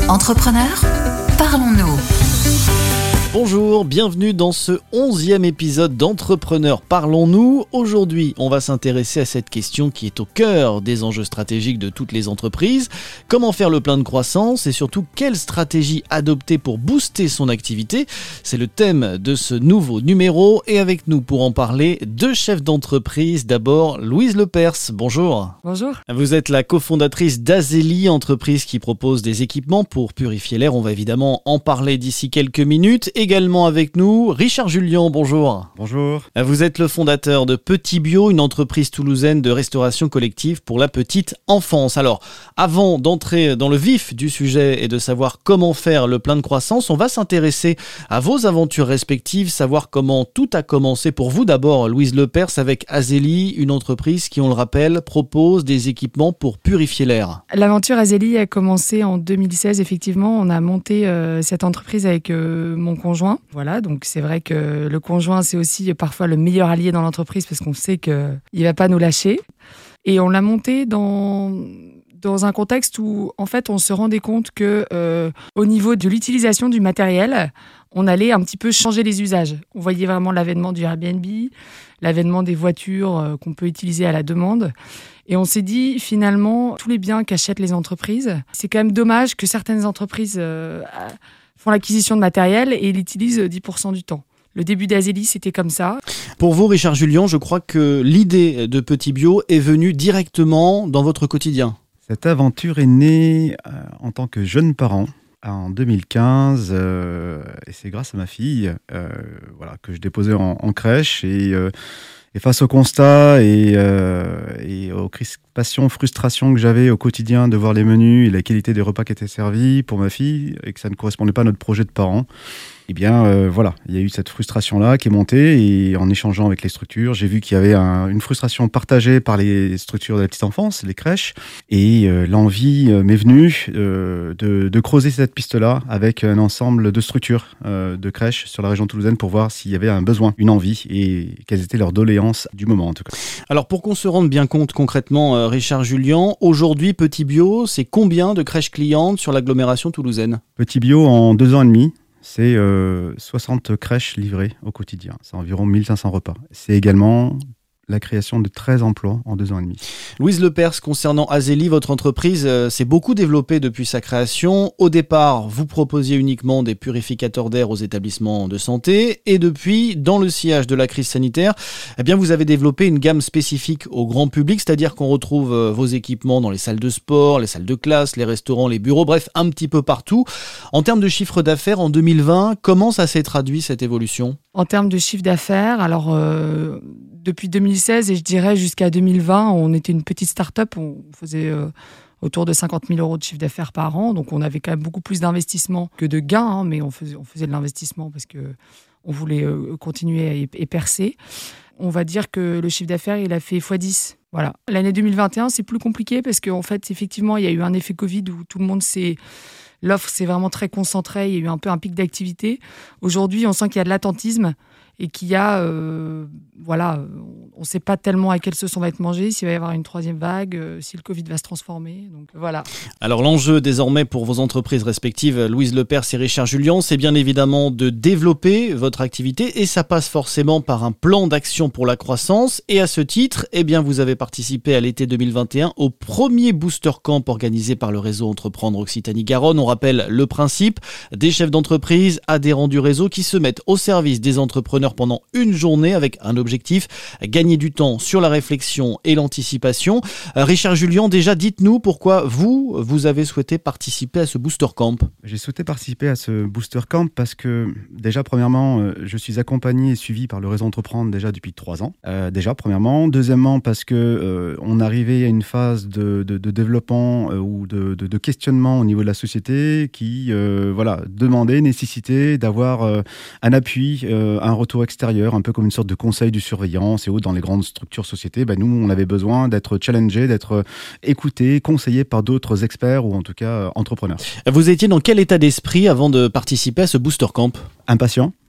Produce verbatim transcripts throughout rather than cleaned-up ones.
Entrepreneurs, parlons-nous. Bonjour, bienvenue dans ce onzième épisode d'Entrepreneurs Parlons-nous. Aujourd'hui, on va s'intéresser à cette question qui est au cœur des enjeux stratégiques de toutes les entreprises. Comment faire le plein de croissance et surtout quelle stratégie adopter pour booster son activité? C'est le thème de ce nouveau numéro et avec nous pour en parler, deux chefs d'entreprise. D'abord, Louise Lepers, bonjour. Bonjour. Vous êtes la cofondatrice d'Azeli, entreprise qui propose des équipements pour purifier l'air. On va évidemment en parler d'ici quelques minutes. Également avec nous, Richard Jullian, bonjour. Bonjour. Vous êtes le fondateur de Petit Bio, une entreprise toulousaine de restauration collective pour la petite enfance. Alors, avant d'entrer dans le vif du sujet et de savoir comment faire le plein de croissance, on va s'intéresser à vos aventures respectives, savoir comment tout a commencé pour vous. D'abord, Louise Lepers avec Azeli, une entreprise qui, on le rappelle, propose des équipements pour purifier l'air. L'aventure Azeli a commencé en deux mille seize, effectivement. On a monté euh, cette entreprise avec euh, mon conjoint. Voilà, donc c'est vrai que le conjoint, c'est aussi parfois le meilleur allié dans l'entreprise parce qu'on sait qu'il ne va pas nous lâcher. Et on l'a monté dans, dans un contexte où, en fait, on se rendait compte que euh, au niveau de l'utilisation du matériel, on allait un petit peu changer les usages. On voyait vraiment l'avènement du Airbnb, l'avènement des voitures euh, qu'on peut utiliser à la demande. Et on s'est dit, finalement, tous les biens qu'achètent les entreprises, c'est quand même dommage que certaines entreprises euh, font l'acquisition de matériel et l'utilisent dix pour cent du temps. Le début d'Azeli, c'était comme ça. Pour vous, Richard Jullian, je crois que l'idée de Petit Bio est venue directement dans votre quotidien. Cette aventure est née euh, en tant que jeune parent en deux mille quinze euh, et c'est grâce à ma fille euh, voilà, que je déposais en, en crèche et, euh, et face au constat et, euh, et aux crispations, frustrations que j'avais au quotidien de voir les menus et la qualité des repas qui étaient servis pour ma fille et que ça ne correspondait pas à notre projet de parents, eh bien euh, voilà, il y a eu cette frustration-là qui est montée et en échangeant avec les structures, j'ai vu qu'il y avait un, une frustration partagée par les structures de la petite enfance, les crèches, et euh, l'envie euh, m'est venue euh, de, de creuser cette piste-là avec un ensemble de structures euh, de crèches sur la région toulousaine pour voir s'il y avait un besoin, une envie et quelles étaient leurs doléances du moment en tout cas. Alors pour qu'on se rende bien compte concrètement, euh, Richard Jullian, aujourd'hui Petit Bio, c'est combien de crèches clientes sur l'agglomération toulousaine? Petit Bio en deux ans et demi. C'est euh, soixante crèches livrées au quotidien. C'est environ mille cinq cents repas. C'est également la création de treize emplois en deux ans et demi. Louise Lepers, concernant Azeli, votre entreprise euh, s'est beaucoup développée depuis sa création. Au départ, vous proposiez uniquement des purificateurs d'air aux établissements de santé. Et depuis, dans le sillage de la crise sanitaire, eh bien, vous avez développé une gamme spécifique au grand public, c'est-à-dire qu'on retrouve euh, vos équipements dans les salles de sport, les salles de classe, les restaurants, les bureaux, bref, un petit peu partout. En termes de chiffre d'affaires, en deux mille vingt, comment ça s'est traduit, cette évolution? En termes de chiffre d'affaires, alors euh, depuis deux mille seize et je dirais jusqu'à deux mille vingt, on était une petite start-up, on faisait euh, autour de cinquante mille euros de chiffre d'affaires par an, donc on avait quand même beaucoup plus d'investissement que de gains, hein, mais on faisait, on faisait de l'investissement parce qu'on voulait euh, continuer et, et percer. On va dire que le chiffre d'affaires, il a fait fois dix. Voilà. L'année deux mille vingt et un, c'est plus compliqué parce qu'en fait, effectivement, il y a eu un effet Covid où tout le monde s'est... L'offre s'est vraiment très concentrée, il y a eu un peu un pic d'activité. Aujourd'hui, on sent qu'il y a de l'attentisme et qu'il y a... Euh, voilà, on ne sait pas tellement à quelle sauce on va être mangé, s'il va y avoir une troisième vague, euh, si le Covid va se transformer. Donc voilà. Alors l'enjeu désormais pour vos entreprises respectives, Louise Lepers et Richard Jullian, c'est bien évidemment de développer votre activité et ça passe forcément par un plan d'action pour la croissance. Et à ce titre, eh bien, vous avez participé à l'été deux mille vingt et un au premier Booster Camp organisé par le réseau Entreprendre Occitanie-Garonne. On rappelle le principe, des chefs d'entreprise, adhérents du réseau qui se mettent au service des entrepreneurs pendant une journée avec un objectif, gagner du temps sur la réflexion et l'anticipation. Euh, Richard Jullian, déjà dites-nous pourquoi vous, vous avez souhaité participer à ce Booster Camp. J'ai souhaité participer à ce Booster Camp parce que déjà premièrement, euh, je suis accompagné et suivi par le réseau Entreprendre déjà depuis trois ans. Euh, déjà premièrement. Deuxièmement parce que euh, on arrivait à une phase de, de, de développement euh, ou de, de, de questionnement au niveau de la société qui euh, voilà, demandait, nécessitait d'avoir euh, un appui, euh, un retour extérieur, un peu comme une sorte de conseil du surveillance et autres dans les grandes structures sociétés. Ben, nous, on avait besoin d'être challengés, d'être écoutés, conseillés par d'autres experts ou en tout cas euh, entrepreneurs. Vous étiez dans quel état d'esprit avant de participer à ce Booster Camp ? Impatient.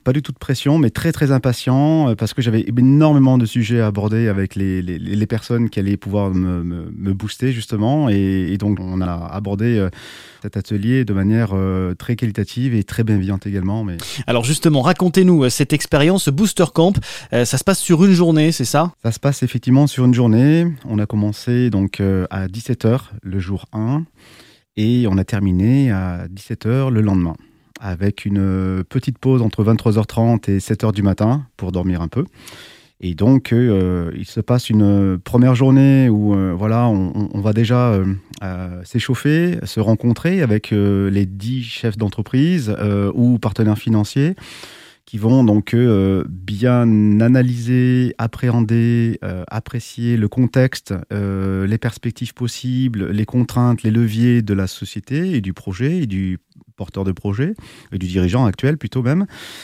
pas du tout de pression, mais très très impatient, euh, parce que j'avais énormément de sujets à aborder avec les, les, les personnes qui allaient pouvoir me, me, me booster justement, et, et donc on a abordé euh, cet atelier de manière euh, très qualitative et très bienveillante également. Mais... Alors justement, racontez-nous euh, cette expérience, ce Booster Camp, euh, ça se passe sur une journée, c'est ça ? Ça se passe effectivement sur une journée. On a commencé donc euh, à dix-sept heures le jour un, et on a terminé à dix-sept heures le lendemain, avec une petite pause entre vingt-trois heures trente et sept heures du matin pour dormir un peu. Et donc, euh, il se passe une première journée où euh, voilà, on, on va déjà euh, euh, s'échauffer, se rencontrer avec euh, les dix chefs d'entreprise euh, ou partenaires financiers qui vont donc euh, bien analyser, appréhender, euh, apprécier le contexte, euh, les perspectives possibles, les contraintes, les leviers de la société et du projet et du porteur de projet, et du dirigeant actuel plutôt même,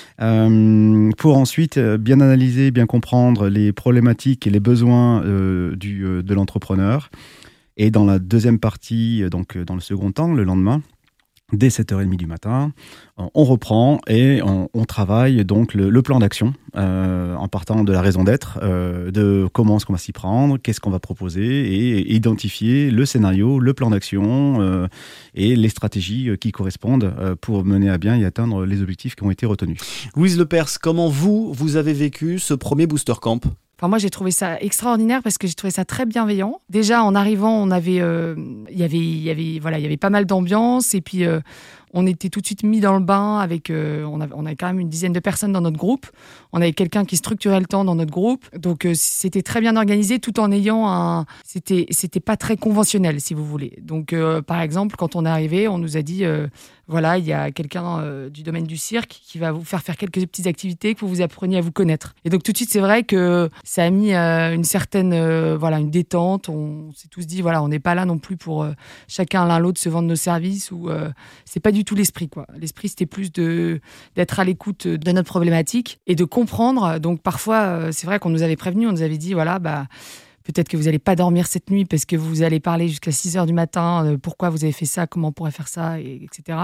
euh, pour ensuite bien analyser, bien comprendre les problématiques et les besoins euh, du, euh, de l'entrepreneur. Et dans la deuxième partie, donc dans le second temps, le lendemain, dès sept heures trente du matin, on reprend et on, on travaille donc le, le plan d'action euh, en partant de la raison d'être, euh, de comment est-ce qu'on va s'y prendre, qu'est-ce qu'on va proposer et, et identifier le scénario, le plan d'action euh, et les stratégies qui correspondent euh, pour mener à bien et atteindre les objectifs qui ont été retenus. Louise Lepers, comment vous, vous avez vécu ce premier Booster Camp ? Enfin, moi, j'ai trouvé ça extraordinaire parce que j'ai trouvé ça très bienveillant. Déjà, en arrivant, on avait, euh, y avait, y avait, voilà, il y avait pas mal d'ambiance et puis euh, on était tout de suite mis dans le bain avec, euh, on avait, on avait quand même une dizaine de personnes dans notre groupe. On avait quelqu'un qui structurait le temps dans notre groupe, donc euh, c'était très bien organisé, tout en ayant un, c'était, c'était pas très conventionnel, si vous voulez. Donc, euh, par exemple, quand on est arrivé, on nous a dit. Euh, Voilà, il y a quelqu'un euh, du domaine du cirque qui va vous faire faire quelques petites activités, que vous vous appreniez à vous connaître. Et donc tout de suite, c'est vrai que ça a mis euh, une certaine, euh, voilà, une détente. On s'est tous dit, voilà, on n'est pas là non plus pour euh, chacun l'un l'autre se vendre nos services. Ou euh, c'est pas du tout l'esprit, quoi. L'esprit, c'était plus de d'être à l'écoute de notre problématique et de comprendre. Donc parfois, euh, c'est vrai qu'on nous avait prévenu, on nous avait dit, voilà, bah. Peut-être que vous n'allez pas dormir cette nuit parce que vous allez parler jusqu'à six heures du matin, euh, pourquoi vous avez fait ça, comment on pourrait faire ça, et, etc.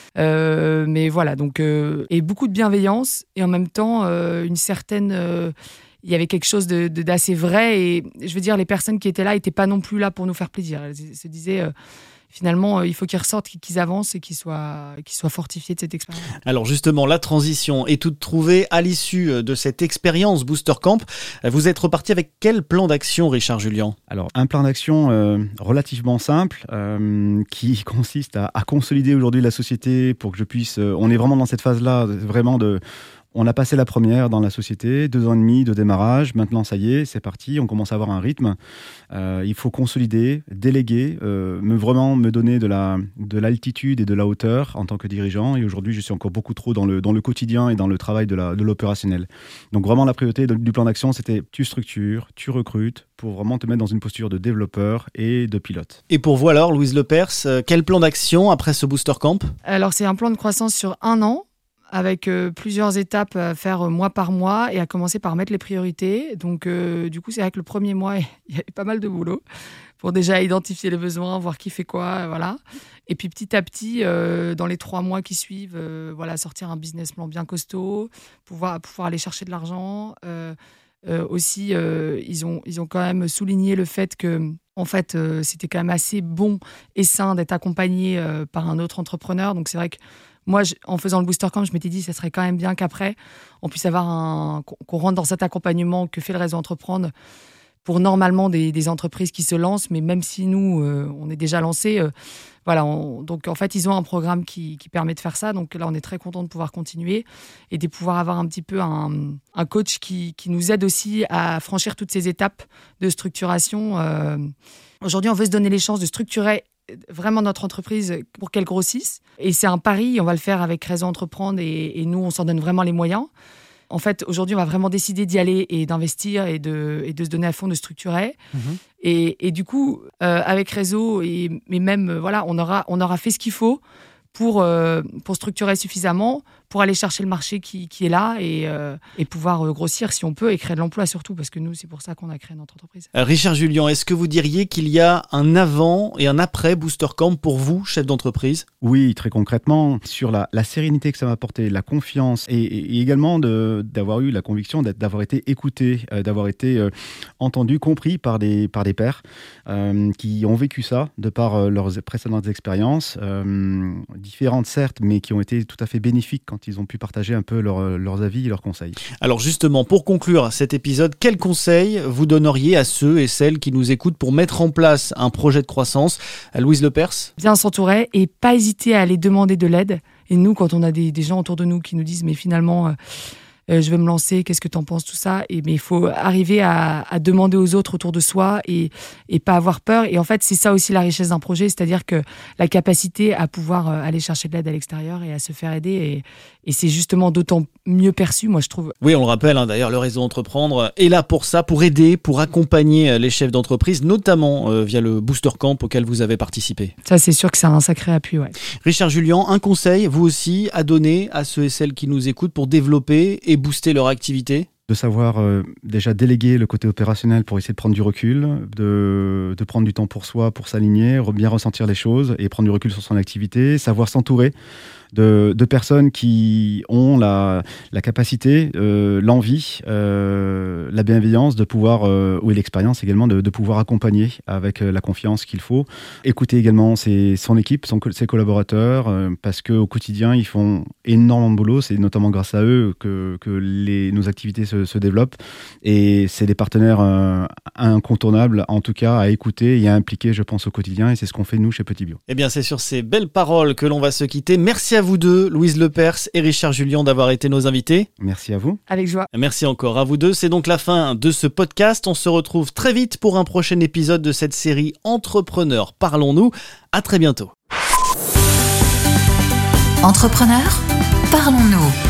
Euh, mais voilà, donc, euh, et beaucoup de bienveillance et en même temps, euh, une certaine... Euh, il y avait quelque chose de, de, d'assez vrai et je veux dire, les personnes qui étaient là n'étaient pas non plus là pour nous faire plaisir. Elles se disaient... Euh, Finalement, il faut qu'ils ressortent, qu'ils avancent et qu'ils soient, qu'ils soient fortifiés de cette expérience. Alors justement, la transition est toute trouvée à l'issue de cette expérience Booster Camp. Vous êtes reparti avec quel plan d'action, Richard Julien ? Alors, un plan d'action euh, relativement simple euh, qui consiste à, à consolider aujourd'hui la société pour que je puisse... Euh, on est vraiment dans cette phase-là, vraiment de... On a passé la première dans la société, deux ans et demi de démarrage. Maintenant, ça y est, c'est parti. On commence à avoir un rythme. Euh, il faut consolider, déléguer, euh, me, vraiment me donner de, la, de l'altitude et de la hauteur en tant que dirigeant. Et aujourd'hui, je suis encore beaucoup trop dans le, dans le quotidien et dans le travail de, la, de l'opérationnel. Donc vraiment, la priorité de, du plan d'action, c'était tu structures, tu recrutes pour vraiment te mettre dans une posture de développeur et de pilote. Et pour vous alors, Louise Lepers, quel plan d'action après ce Booster Camp ? Alors, c'est un plan de croissance sur un an, avec euh, plusieurs étapes à faire euh, mois par mois et à commencer par mettre les priorités. Donc, euh, du coup, c'est vrai que le premier mois, il y avait pas mal de boulot pour déjà identifier les besoins, voir qui fait quoi, euh, voilà. Et puis, petit à petit, euh, dans les trois mois qui suivent, euh, voilà, sortir un business plan bien costaud, pouvoir, pouvoir aller chercher de l'argent. Euh, euh, aussi, euh, ils ont, ils ont quand même souligné le fait que, en fait, euh, c'était quand même assez bon et sain d'être accompagné euh, par un autre entrepreneur. Donc, c'est vrai que moi, je, en faisant le Booster Camp, je m'étais dit que ça serait quand même bien qu'après, on puisse avoir un, qu'on rentre dans cet accompagnement que fait le réseau Entreprendre pour normalement des, des entreprises qui se lancent, mais même si nous, euh, on est déjà lancés, euh, voilà. On, donc, en fait, ils ont un programme qui, qui permet de faire ça. Donc là, on est très content de pouvoir continuer et de pouvoir avoir un petit peu un, un coach qui, qui nous aide aussi à franchir toutes ces étapes de structuration. Euh, aujourd'hui, on veut se donner les chances de structurer vraiment notre entreprise pour qu'elle grossisse. Et c'est un pari, on va le faire avec Réseau Entreprendre et, et nous, on s'en donne vraiment les moyens. En fait, aujourd'hui, on va vraiment décider d'y aller et d'investir et de, et de se donner à fond, de structurer. Mmh. Et, et du coup, euh, avec Réseau, et, mais même, euh, voilà, on aura, on aura fait ce qu'il faut pour, euh, pour structurer suffisamment pour aller chercher le marché qui, qui est là et, euh, et pouvoir euh, grossir si on peut et créer de l'emploi surtout, parce que nous, c'est pour ça qu'on a créé notre entreprise. Euh, Richard Julien, est-ce que vous diriez qu'il y a un avant et un après Booster Camp pour vous, chef d'entreprise ? Oui, très concrètement, sur la, la sérénité que ça m'a apporté, la confiance et, et également de, d'avoir eu la conviction d'avoir été écouté, euh, d'avoir été euh, entendu, compris par des, par des pairs euh, qui ont vécu ça de par euh, leurs précédentes expériences, euh, différentes certes, mais qui ont été tout à fait bénéfiques quand ils ont pu partager un peu leur, leurs avis et leurs conseils. Alors justement, pour conclure cet épisode, quels conseils vous donneriez à ceux et celles qui nous écoutent pour mettre en place un projet de croissance ? Louise Lepers ? Bien s'entourer et pas hésiter à aller demander de l'aide. Et nous, quand on a des, des gens autour de nous qui nous disent « mais finalement, euh, euh, je vais me lancer, qu'est-ce que t'en penses, tout ça ?» Et mais il faut arriver à, à demander aux autres autour de soi et, et pas avoir peur. Et en fait, c'est ça aussi la richesse d'un projet, c'est-à-dire que la capacité à pouvoir euh, aller chercher de l'aide à l'extérieur et à se faire aider. Et, et c'est justement d'autant mieux perçu, moi, je trouve. Oui, on le rappelle, hein, d'ailleurs, le réseau Entreprendre est là pour ça, pour aider, pour accompagner les chefs d'entreprise, notamment euh, via le Booster Camp auquel vous avez participé. Ça, c'est sûr que c'est un sacré appui, ouais. Richard Julien, un conseil, vous aussi, à donner à ceux et celles qui nous écoutent pour développer et booster leur activité ? De savoir euh, déjà déléguer le côté opérationnel pour essayer de prendre du recul, de, de prendre du temps pour soi, pour s'aligner, bien ressentir les choses et prendre du recul sur son activité, savoir s'entourer de, de personnes qui ont la, la capacité, euh, l'envie, euh, la bienveillance de pouvoir, euh, ou l'expérience également, de, de pouvoir accompagner avec la confiance qu'il faut. Écouter également ses, son équipe, son, ses collaborateurs, euh, parce qu'au quotidien, ils font énormément de boulot. C'est notamment grâce à eux que, que les, nos activités se, se développent. Et c'est des partenaires euh, incontournables, en tout cas, à écouter et à impliquer, je pense, au quotidien. Et c'est ce qu'on fait, nous, chez Petit Bio. Eh bien, c'est sur ces belles paroles que l'on va se quitter. Merci à vous deux, Louise Lepers et Richard Julien, d'avoir été nos invités. Merci à vous. Avec joie. Merci encore à vous deux. C'est donc la fin de ce podcast. On se retrouve très vite pour un prochain épisode de cette série Entrepreneurs, parlons-nous. À très bientôt. Entrepreneurs, parlons-nous.